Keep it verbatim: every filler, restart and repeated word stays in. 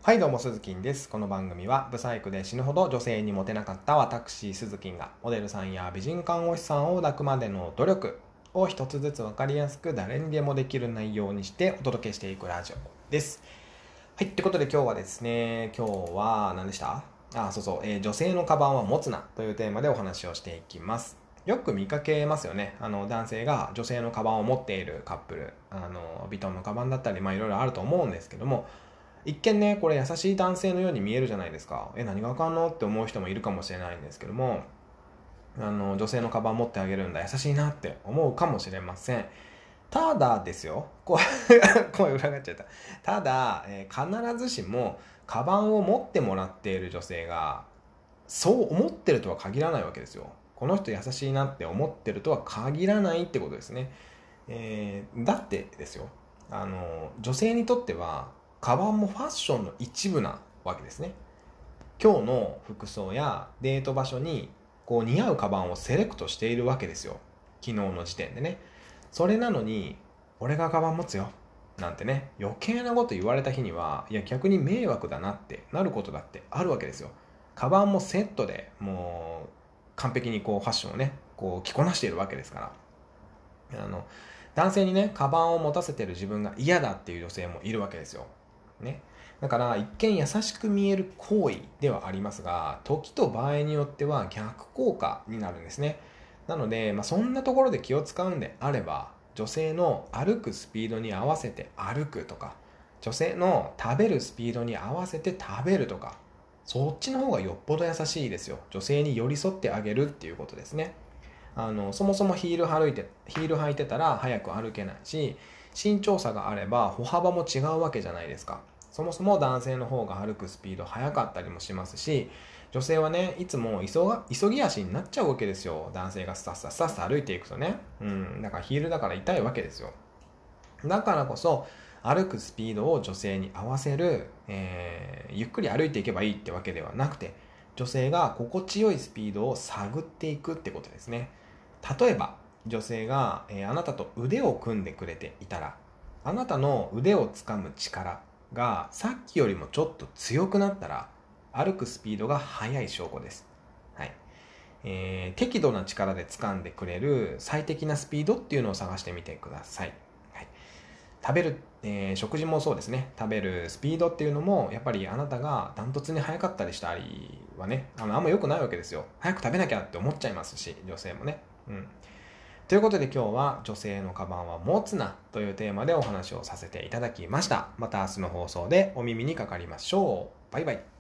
はい、どうも、鈴木です。この番組は、ブサイクで死ぬほど女性にモテなかった私、鈴木が、モデルさんや美人看護師さんを抱くまでの努力を一つずつ分かりやすく誰にでもできる内容にしてお届けしていくラジオです。はい、ということで今日はですね、今日は何でしたあ、そうそう、えー女性のカバンは持つなというテーマでお話をしていきます。よく見かけますよね。あの男性が女性のカバンを持っているカップル、あのヴィトンのカバンだったり、まあいろいろあると思うんですけども、一見ね、これ優しい男性のように見えるじゃないですか。え、何があかんのって思う人もいるかもしれないんですけども、あの、女性のカバン持ってあげるんだ、優しいなって思うかもしれません。ただですよ、こう声裏返っちゃった。ただ、えー必ずしも、カバンを持ってもらっている女性が、そう思ってるとは限らないわけですよ。この人優しいなって思ってるとは限らないってことですね。えーだってですよ、あの女性にとってはカバンもファッションの一部なわけですね。今日の服装やデート場所にこう似合うカバンをセレクトしているわけですよ、昨日の時点でね。それなのに俺がカバン持つよなんてね、余計なこと言われた日には、いや逆に迷惑だなってなることだってあるわけですよ。カバンもセットでもう完璧にこうファッションをねこう着こなしているわけですから、あの男性にねカバンを持たせてる自分が嫌だっていう女性もいるわけですよ、ね、だから一見優しく見える行為ではありますが、時と場合によっては逆効果になるんですね。なので、まあ、そんなところで気を使うんであれば、女性の歩くスピードに合わせて歩くとか、女性の食べるスピードに合わせて食べるとか、そっちの方がよっぽど優しいですよ。女性に寄り添ってあげるっていうことですね。あのそもそもヒール歩いてヒール履いてたら早く歩けないし、身長差があれば歩幅も違うわけじゃないですか。そもそも男性の方が歩くスピード速かったりもしますし、女性はねいつも急が急ぎ足になっちゃうわけですよ。男性がスタッサッスタッサ歩いていくとね、うん、だからヒールだから痛いわけですよ。だからこそ歩くスピードを女性に合わせる、えーゆっくり歩いていけばいいってわけではなくて、女性が心地よいスピードを探っていくってことですね。例えば女性が、えーあなたと腕を組んでくれていたら、あなたの腕をつかむ力がさっきよりもちょっと強くなったら、歩くスピードが速い証拠です。はい。えー適度な力で掴んでくれる最適なスピードっていうのを探してみてください。はい。食べる、えー食事もそうですね。食べるスピードっていうのも、やっぱりあなたがダントツに速かったりしたりはね、あの、あんま良くないわけですよ。早く食べなきゃって思っちゃいますし、女性もね。うん。ということで今日は女性のカバンは持つなというテーマでお話をさせていただきました。また明日の放送でお耳にかかりましょう。バイバイ。